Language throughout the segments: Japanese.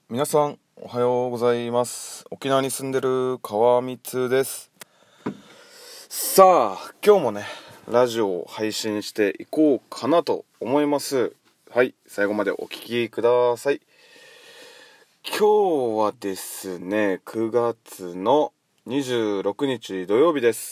皆さんおはようございます。沖縄に住んでる川光です。さあ今日もねラジオを配信していこうかなと思います。はい、最後までお聞きください。今日はですね9月の26日土曜日です。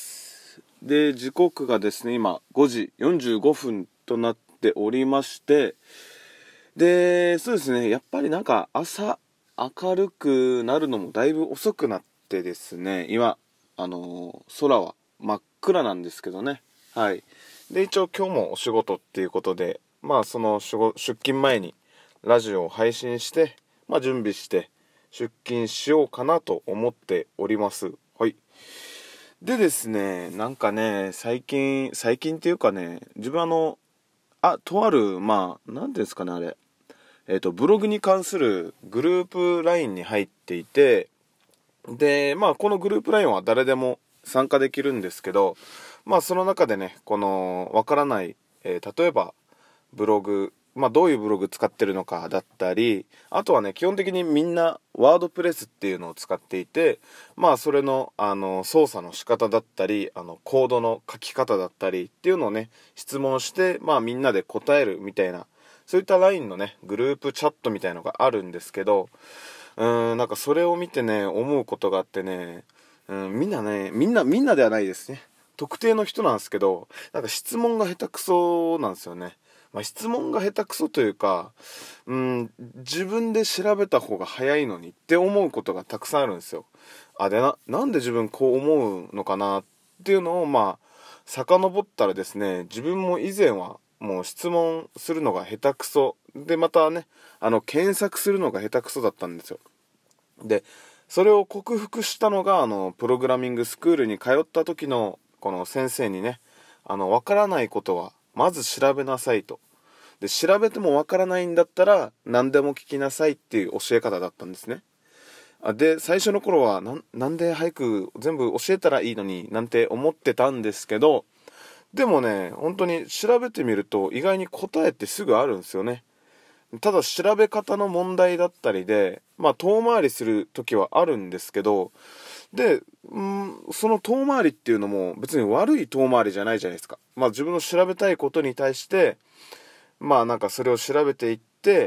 で時刻がですね今5時45分となっておりまして、でそうですねやっぱりなんか朝明るくなるのもだいぶ遅くなってですね、今空は真っ暗なんですけどね。はい。で一応今日もお仕事っていうことで、その出勤前にラジオを配信して、準備して出勤しようかなと思っております。はい。でですね、なんかね最近っていうかね、自分とあるなんていうんですかね、あれブログに関するグループ LINE に入っていて、でこのグループ LINE は誰でも参加できるんですけど、その中でねこのわからない、例えばブログ、どういうブログ使ってるのかだったり、あとはね基本的にみんなワードプレスっていうのを使っていて、それの操作の仕方だったりコードの書き方だったりっていうのをね質問して、みんなで答えるみたいな、そういった LINE のねグループチャットみたいのがあるんですけど、なんかそれを見てね思うことがあってね、みんなではないですね、特定の人なんですけど、なんか質問が下手くそなんですよね。質問が下手くそというか、自分で調べた方が早いのにって思うことがたくさんあるんですよ。なんで自分こう思うのかなっていうのを遡ったらですね、自分も以前はもう質問するのが下手くそで、またね検索するのが下手くそだったんですよ。でそれを克服したのがプログラミングスクールに通った時のこの先生にね、わからないことはまず調べなさいと。で調べてもわからないんだったら何でも聞きなさいっていう教え方だったんですね。で最初の頃はなんで早く全部教えたらいいのになんて思ってたんですけど、でもね本当に調べてみると意外に答えってすぐあるんですよね。ただ調べ方の問題だったりで遠回りする時はあるんですけど、でその遠回りっていうのも別に悪い遠回りじゃないじゃないですか。自分の調べたいことに対してなんかそれを調べていって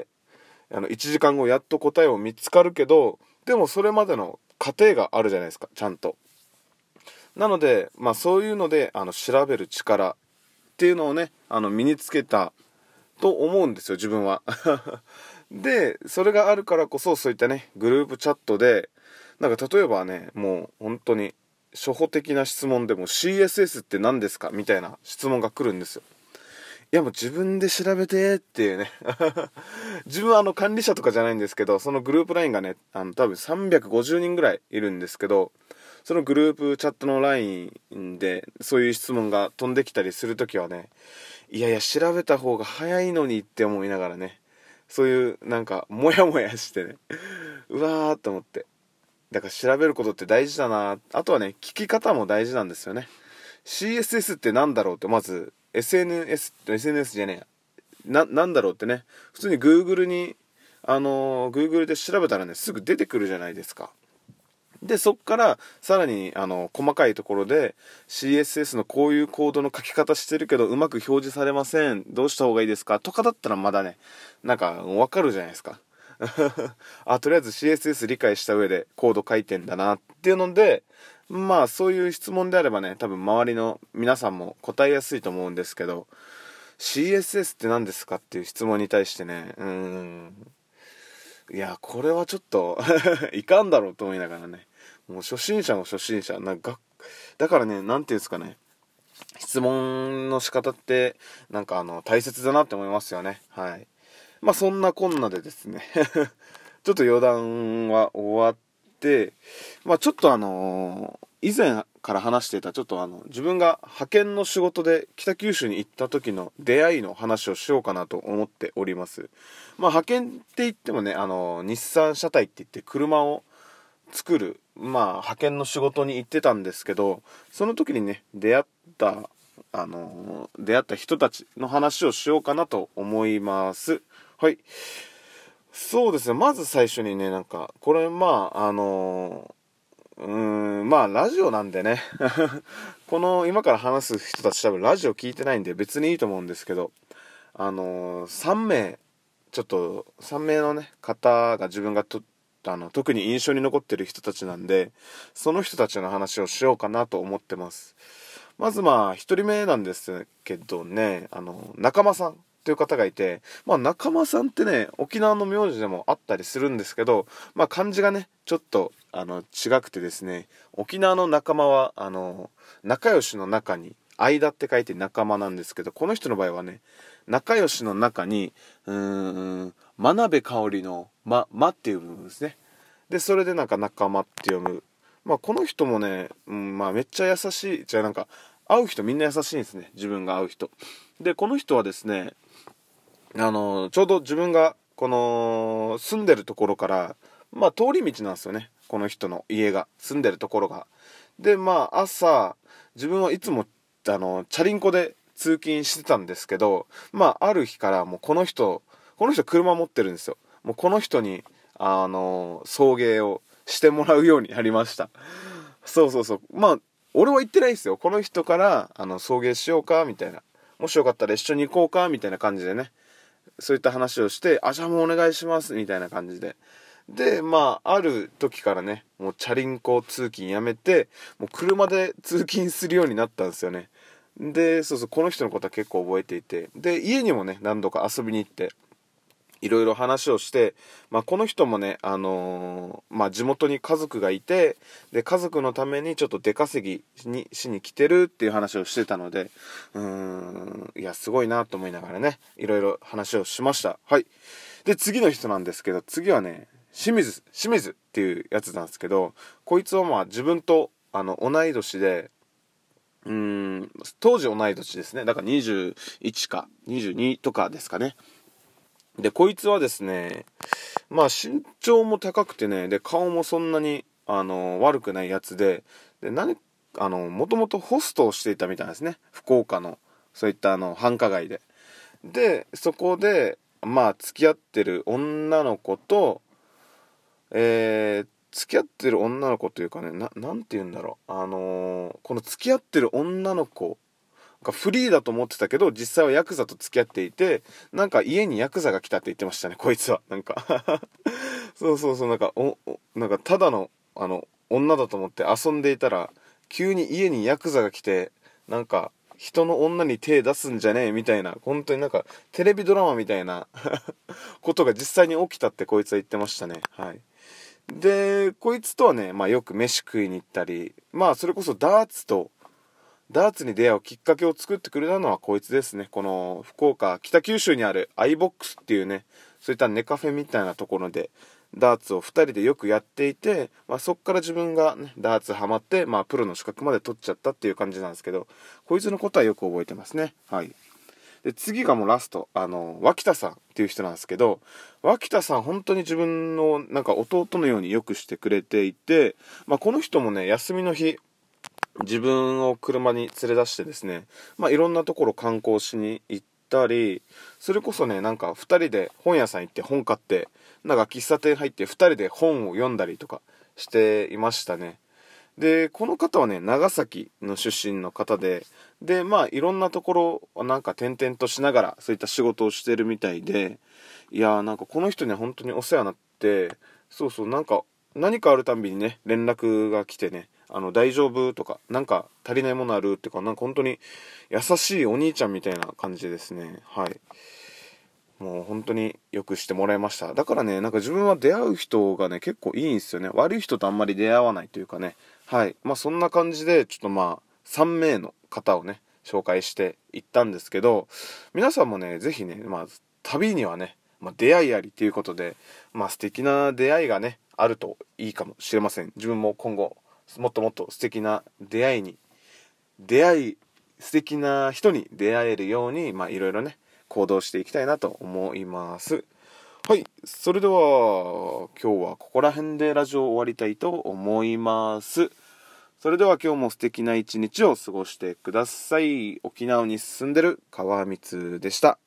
、1時間後やっと答えを見つかるけど、でもそれまでの過程があるじゃないですか、ちゃんと。なのでそういうので調べる力っていうのをね身につけたと思うんですよ、自分は。でそれがあるからこそ、そういったねグループチャットでなんか例えばね、もう本当に初歩的な質問でも CSS って何ですかみたいな質問が来るんですよ。いやもう自分で調べてっていうね。自分は管理者とかじゃないんですけど、そのグループ LINE がね多分350人ぐらいいるんですけど、そのグループチャットの LINE でそういう質問が飛んできたりするときはね、いやいや調べた方が早いのにって思いながらね、そういうなんかモヤモヤしてね、うわーって思って、だから調べることって大事だな。あとはね聞き方も大事なんですよね。 CSS ってなんだろうって、まず SNS じゃねえや、なんだろうってね、普通に Google にGoogle で調べたらねすぐ出てくるじゃないですか。でそっからさらに細かいところで CSS のこういうコードの書き方してるけどうまく表示されません、どうした方がいいですかとかだったらまだねなんかわかるじゃないですか。とりあえず CSS 理解した上でコード書いてんだなっていうので、そういう質問であればね多分周りの皆さんも答えやすいと思うんですけど、 CSS って何ですかっていう質問に対してね、いやこれはちょっといかんだろうと思いながらね、もう初心者の初心者だからね、なんていうんですかね、質問の仕方ってなんか大切だなって思いますよね。はい。そんなこんなでですねちょっと余談は終わって、ちょっと以前から話していたちょっと自分が派遣の仕事で北九州に行った時の出会いの話をしようかなと思っております。派遣って言ってもね日産車体って言って車を作る派遣の仕事に行ってたんですけど、その時にね出会った人たちの話をしようかなと思います。はい。 そうですね、まず最初にね、なんかこれまあラジオなんでねこの今から話す人たち多分ラジオ聞いてないんで別にいいと思うんですけど、3名ちょっと3名のね方が自分が特に印象に残ってる人たちなんで、その人たちの話をしようかなと思ってます。まず1人目なんですけどね、仲間さんという方がいて、仲間さんってね沖縄の名字でもあったりするんですけど、漢字がねちょっと違くてですね、沖縄の仲間は仲良しの中に間って書いて仲間なんですけど、この人の場合はね、仲良しの中に真鍋かおりのまっていう部分ですね。でそれでなんか仲間って読む。この人もね、めっちゃ優しい。じゃあなんか会う人みんな優しいんですね、自分が会う人で。この人はですね、ちょうど自分がこの住んでるところから通り道なんですよね、この人の家が住んでるところが。で朝自分はいつもチャリンコで通勤してたんですけど、ある日からもうこの人車持ってるんですよ。もうこの人に送迎をしてもらうようになりました。そうそうそう。俺は言ってないですよ。この人から送迎しようかみたいな、もしよかったら一緒に行こうかみたいな感じでね、そういった話をして、じゃあもうお願いしますみたいな感じで。である時からね、もうチャリンコ通勤やめて、もう車で通勤するようになったんですよね。でそうそう、この人のことは結構覚えていて、で家にもね何度か遊びに行っていろいろ話をして、この人もね、地元に家族がいて、で家族のためにちょっと出稼ぎしに来てるっていう話をしてたので、いやすごいなと思いながらね、いろいろ話をしました。はい。で次の人なんですけど、次はね清水っていうやつなんですけど、こいつは自分と同い年で、当時同い年ですね。だから21か22とかですかね。でこいつはですね、身長も高くてね、で顔もそんなに悪くないやつで、もともとホストをしていたみたいですね、福岡のそういった繁華街で。でそこで付き合ってる女の子と、付き合ってる女の子というかね、なんて言うんだろう、この付き合ってる女の子がフリーだと思ってたけど、実際はヤクザと付き合っていて、なんか家にヤクザが来たって言ってましたね、こいつは。なんかそうそうそう、なんかただの女だと思って遊んでいたら、急に家にヤクザが来て、なんか人の女に手出すんじゃねえみたいな、本当になんかテレビドラマみたいなことが実際に起きたってこいつは言ってましたね。はい。でこいつとはね、よく飯食いに行ったり、それこそダーツに出会うきっかけを作ってくれたのはこいつですね。この福岡北九州にある iBox っていうね、そういったネカフェみたいなところでダーツを2人でよくやっていて、そっから自分が、ね、ダーツハマって、プロの資格まで取っちゃったっていう感じなんですけど、こいつのことはよく覚えてますね。はい。で次がもうラスト、脇田さんっていう人なんですけど、脇田さん本当に自分のなんか弟のようによくしてくれていて、この人もね休みの日自分を車に連れ出してですね、いろんなところ観光しに行ったり、それこそね、なんか2人で本屋さん行って本買って、なんか喫茶店入って2人で本を読んだりとかしていましたね。でこの方はね長崎の出身の方で、いろんなところなんか転々としながらそういった仕事をしてるみたいで、いやーなんかこの人には本当にお世話になって、そうそう、なんか何かあるたんびにね連絡が来てね、大丈夫とか、なんか足りないものあるっていうか、なんか本当に優しいお兄ちゃんみたいな感じですね。はい。もう本当によくしてもらいました。だからね、なんか自分は出会う人がね結構いいんですよね。悪い人とあんまり出会わないというかね。はい。そんな感じでちょっと3名の方をね紹介していったんですけど、皆さんもねぜひね、旅にはね、出会いありということで、素敵な出会いがねあるといいかもしれません。自分も今後もっともっと素敵な素敵な人に出会えるようにいろいろね行動していきたいなと思います。はい、それでは今日はここら辺でラジオを終わりたいと思います。それでは今日も素敵な一日を過ごしてください。沖縄に住んでる川光でした。